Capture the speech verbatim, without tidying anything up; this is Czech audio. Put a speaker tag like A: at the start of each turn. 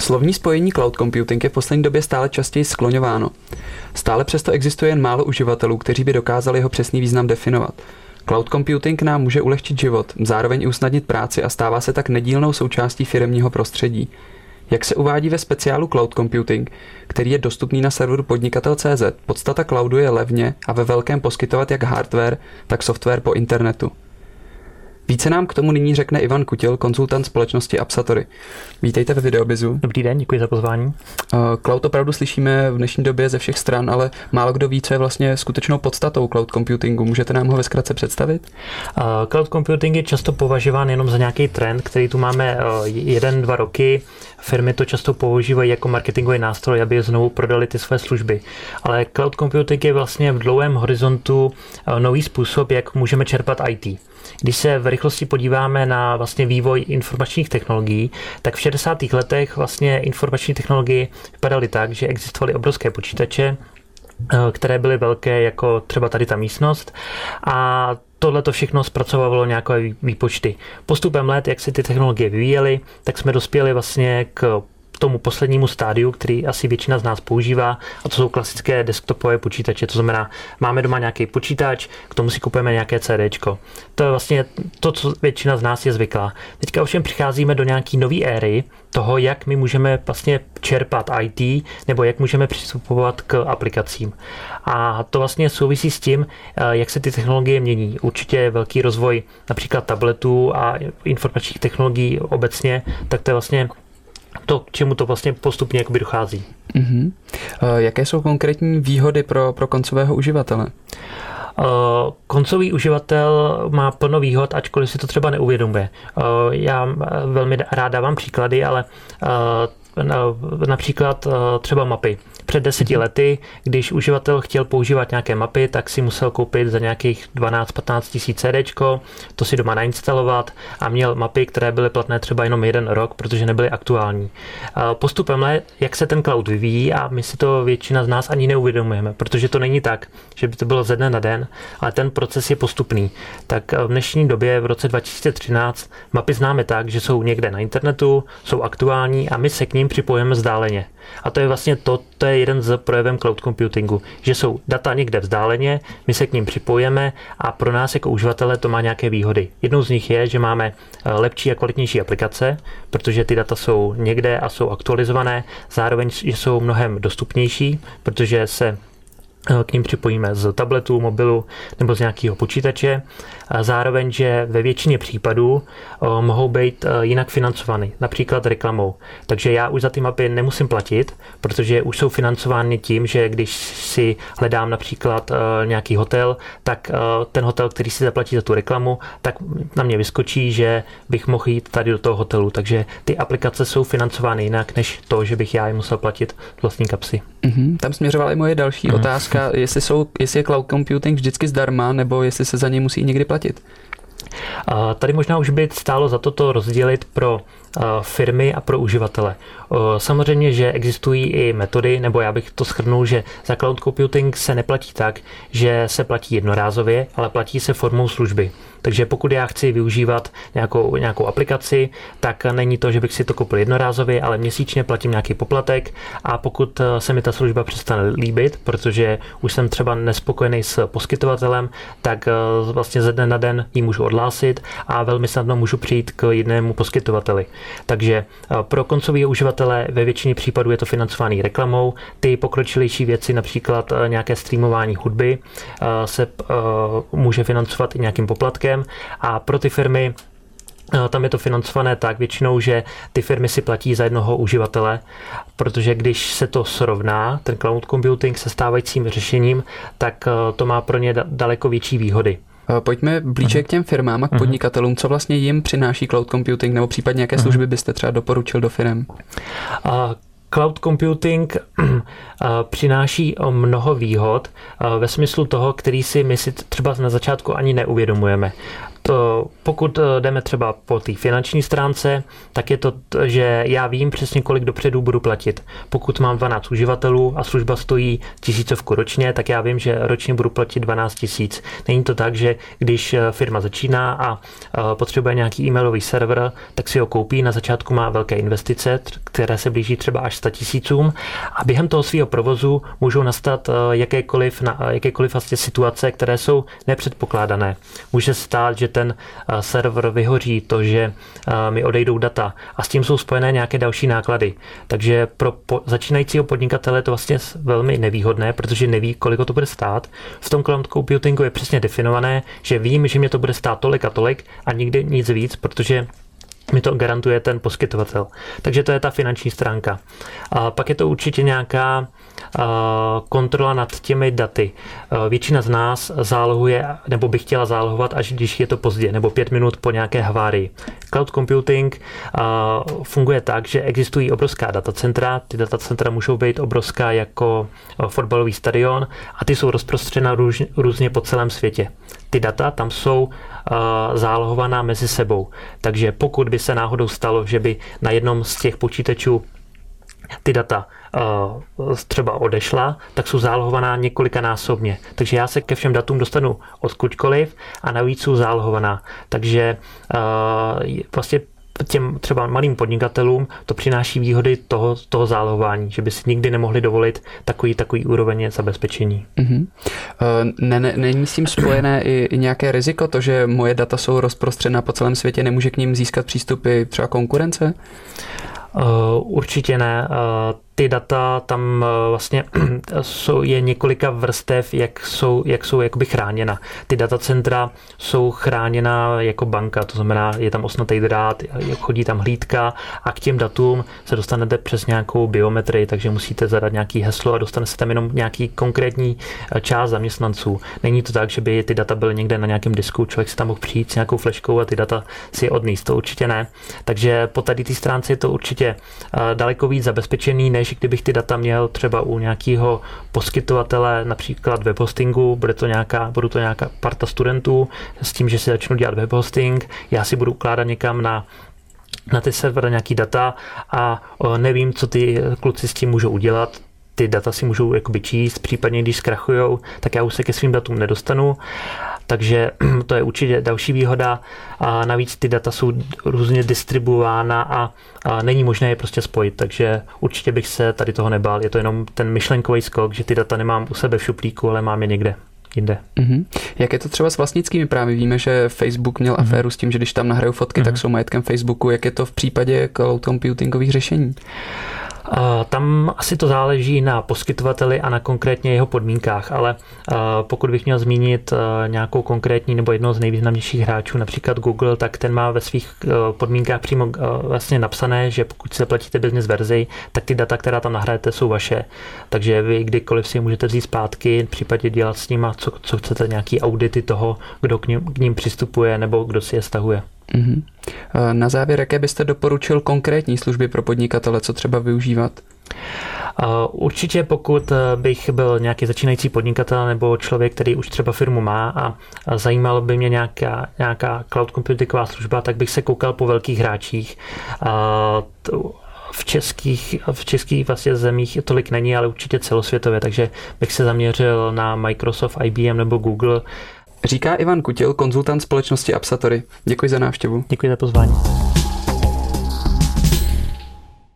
A: Slovní spojení cloud computing je v poslední době stále častěji skloňováno. Stále přesto existuje jen málo uživatelů, kteří by dokázali jeho přesný význam definovat. Cloud computing nám může ulehčit život, zároveň i usnadnit práci a stává se tak nedílnou součástí firemního prostředí. Jak se uvádí ve speciálu Cloud Computing, který je dostupný na serveru podnikatel tečka cé zet, podstata cloudu je levně a ve velkém poskytovat jak hardware, tak software po internetu. Více nám k tomu nyní řekne Ivan Kutil, konzultant společnosti Appsatory. Vítejte ve Videobizu.
B: Dobrý den, děkuji za pozvání.
A: Cloud opravdu slyšíme v dnešní době ze všech stran, ale málo kdo ví, co je vlastně skutečnou podstatou cloud computingu. Můžete nám ho ve zkratce představit?
B: Cloud computing je často považován jenom za nějaký trend, který tu máme jeden, dva roky. Firmy to často používají jako marketingový nástroj, aby znovu prodali ty své služby. Ale cloud computing je vlastně v dlouhém horizontu nový způsob, jak můžeme čerpat í té. Když se v rychlosti podíváme na vlastně vývoj informačních technologií, tak v šedesátých letech vlastně informační technologie vypadaly tak, že existovaly obrovské počítače, které byly velké jako třeba tady ta místnost, a tohle to všechno zpracovalo nějaké výpočty. Postupem let, jak se ty technologie vyvíjely, tak jsme dospěli vlastně k tomu poslednímu stádiu, který asi většina z nás používá, a to jsou klasické desktopové počítače. To znamená, máme doma nějaký počítač, k tomu si kupujeme nějaké CDčko. To je vlastně to, co většina z nás je zvyklá. Teďka ovšem přicházíme do nějaký nové éry toho, jak my můžeme vlastně čerpat í té, nebo jak můžeme přistupovat k aplikacím. A to vlastně souvisí s tím, jak se ty technologie mění. Určitě je velký rozvoj například tabletů a informačních technologií obecně, tak to je vlastně to, k čemu to vlastně postupně jakoby dochází.
A: Uh-huh. Jaké jsou konkrétní výhody pro, pro koncového uživatele?
B: Uh, koncový uživatel má plno výhod, ačkoliv si to třeba neuvědomuje. Uh, já velmi rád dávám příklady, ale uh, například uh, třeba mapy. Před deseti lety, když uživatel chtěl používat nějaké mapy, tak si musel koupit za nějakých dvanáct patnáct tisíc CDčko, to si doma nainstalovat, a měl mapy, které byly platné třeba jenom jeden rok, protože nebyly aktuální. Postupem let, jak se ten cloud vyvíjí, a my si to většina z nás ani neuvědomujeme, protože to není tak, že by to bylo ze dne na den, ale ten proces je postupný. Tak v dnešní době, v roce dva tisíce třináct, mapy známe tak, že jsou někde na internetu, jsou aktuální a my se k ním připojíme vzdáleně. A to je vlastně to, to je jeden z projevem cloud computingu, že jsou data někde vzdáleně, my se k ním připojíme a pro nás jako uživatele to má nějaké výhody. Jednou z nich je, že máme lepší a kvalitnější aplikace, protože ty data jsou někde a jsou aktualizované, zároveň že jsou mnohem dostupnější, protože se k ním připojíme z tabletu, mobilu nebo z nějakého počítače. Zároveň, že ve většině případů mohou být jinak financovány, například reklamou. Takže já už za ty mapy nemusím platit, protože už jsou financovány tím, že když si hledám například nějaký hotel, tak ten hotel, který si zaplatí za tu reklamu, tak na mě vyskočí, že bych mohl jít tady do toho hotelu. Takže ty aplikace jsou financovány jinak, než to, že bych já je musel platit z vlastní kapsy.
A: Mm-hmm. Tam směřovala i moje další mm. otázka, jestli, jsou, jestli je cloud computing vždycky zdarma, nebo jestli se za něj musí někdy platit.
B: A tady možná už by stálo za to to rozdělit pro firmy a pro uživatele. Samozřejmě, že existují i metody, nebo já bych to shrnul, že za cloud computing se neplatí tak, že se platí jednorázově, ale platí se formou služby. Takže pokud já chci využívat nějakou, nějakou aplikaci, tak není to, že bych si to koupil jednorázově, ale měsíčně platím nějaký poplatek, a pokud se mi ta služba přestane líbit, protože už jsem třeba nespokojený s poskytovatelem, tak vlastně ze dne na den ji můžu odhlásit a velmi snadno můžu přijít k jinému poskytovateli. Takže pro koncového uživatele ve většině případů je to financovaný reklamou. Ty pokročilejší věci, například nějaké streamování hudby, se může financovat i nějakým poplatkem, a pro ty firmy tam je to financované tak většinou, že ty firmy si platí za jednoho uživatele, protože když se to srovná, ten cloud computing se stávajícím řešením, tak to má pro ně daleko větší výhody.
A: Pojďme blíže uh-huh. k těm firmám a k podnikatelům. Co vlastně jim přináší cloud computing, nebo případně jaké uh-huh. služby byste třeba doporučil do firem?
B: Uh, Cloud computing přináší mnoho výhod ve smyslu toho, který si my si třeba na začátku ani neuvědomujeme. To, pokud jdeme třeba po té finanční stránce, tak je to, že já vím přesně, kolik dopředu budu platit. Pokud mám dvanáct uživatelů a služba stojí tisícovku ročně, tak já vím, že ročně budu platit dvanáct tisíc. Není to tak, že když firma začíná a potřebuje nějaký e-mailový server, tak si ho koupí, na začátku má velké investice, které se blíží třeba až sto tisícům a během toho svého provozu můžou nastat jakékoliv, jakékoliv vlastně situace, které jsou nepředpokládané. Může stát, že ten server vyhoří, to, že mi odejdou data a s tím jsou spojené nějaké další náklady. Takže pro začínajícího podnikatele je to vlastně velmi nevýhodné, protože neví, kolik to bude stát. V tom cloud computingu je přesně definované, že vím, že mě to bude stát tolik a tolik a nikdy nic víc, protože mi to garantuje ten poskytovatel. Takže to je ta finanční stránka. A pak je to určitě nějaká kontrola nad těmi daty. Většina z nás zálohuje, nebo by chtěla zálohovat, až když je to pozdě, nebo pět minut po nějaké havárii. Cloud computing funguje tak, že existují obrovská datacentra. Ty datacentra můžou být obrovská jako fotbalový stadion a ty jsou rozprostřena růž, různě po celém světě. Ty data tam jsou zálohovaná mezi sebou. Takže pokud by se náhodou stalo, že by na jednom z těch počítačů ty data uh, třeba odešla, tak jsou zálohovaná několikanásobně. Takže já se ke všem datům dostanu odkudkoliv a navíc jsou zálohovaná. Takže uh, vlastně těm třeba malým podnikatelům to přináší výhody toho, toho zálohování, že by si nikdy nemohli dovolit takový, takový úroveň zabezpečení.
A: Mm-hmm. Ne, ne, není s tím spojené i, i nějaké riziko, to, že moje data jsou rozprostřená po celém světě, nemůže k ním získat přístupy třeba konkurence?
B: Uh, určitě ne. Uh, ty data tam uh, vlastně jsou, je několika vrstev, jak jsou, jak jsou jakoby chráněna. Ty datacentra jsou chráněna jako banka, to znamená, je tam osnatý drát, chodí tam hlídka a k těm datům se dostanete přes nějakou biometrii, takže musíte zadat nějaký heslo a dostane se tam jenom nějaký konkrétní část zaměstnanců. Není to tak, že by ty data byly někde na nějakém disku, člověk si tam mohl přijít s nějakou fleškou a ty data si odníst, to určitě ne. Takže po tady té stránce je to určitě daleko víc zabezpečený, než kdybych ty data měl třeba u nějakého poskytovatele, například webhostingu, bude to nějaká, budu to nějaká parta studentů s tím, že si začnu dělat webhosting, já si budu ukládat někam na na ty servery nějaký data a nevím, co ty kluci s tím můžou udělat. Ty data si můžou jakoby číst, případně když zkrachujou, tak já už se ke svým datům nedostanu. Takže to je určitě další výhoda. A navíc ty data jsou různě distribuována a, a není možné je prostě spojit. Takže určitě bych se tady toho nebál. Je to jenom ten myšlenkový skok, že ty data nemám u sebe v šuplíku, ale mám je někde jinde.
A: Mm-hmm. Jak je to třeba s vlastnickými právy? Víme, že Facebook měl mm-hmm. aféru s tím, že když tam nahrajou fotky, mm-hmm. tak jsou majetkem Facebooku. Jak je to v případě cloud computingových řešení?
B: Tam asi to záleží na poskytovateli a na konkrétně jeho podmínkách, ale pokud bych měl zmínit nějakou konkrétní nebo jednoho z nejvýznamnějších hráčů, například Google, tak ten má ve svých podmínkách přímo vlastně napsané, že pokud se platíte business verzi, tak ty data, která tam nahrajete, jsou vaše. Takže vy kdykoliv si je můžete vzít zpátky, v případě dělat s nima, co, co chcete, nějaký audity toho, kdo k ním, k ním přistupuje nebo kdo si je stahuje.
A: Mm-hmm. Na závěr, jaké byste doporučil konkrétní služby pro podnikatele, co třeba využívat?
B: Určitě pokud bych byl nějaký začínající podnikatel nebo člověk, který už třeba firmu má a zajímalo by mě nějaká, nějaká cloud computingová služba, tak bych se koukal po velkých hráčích. V českých, v českých vlastně zemích tolik není, ale určitě celosvětově, takže bych se zaměřil na Microsoft, I B M nebo Google.
A: Říká Ivan Kutil, konzultant společnosti Appsatory. Děkuji za návštěvu.
B: Děkuji za pozvání.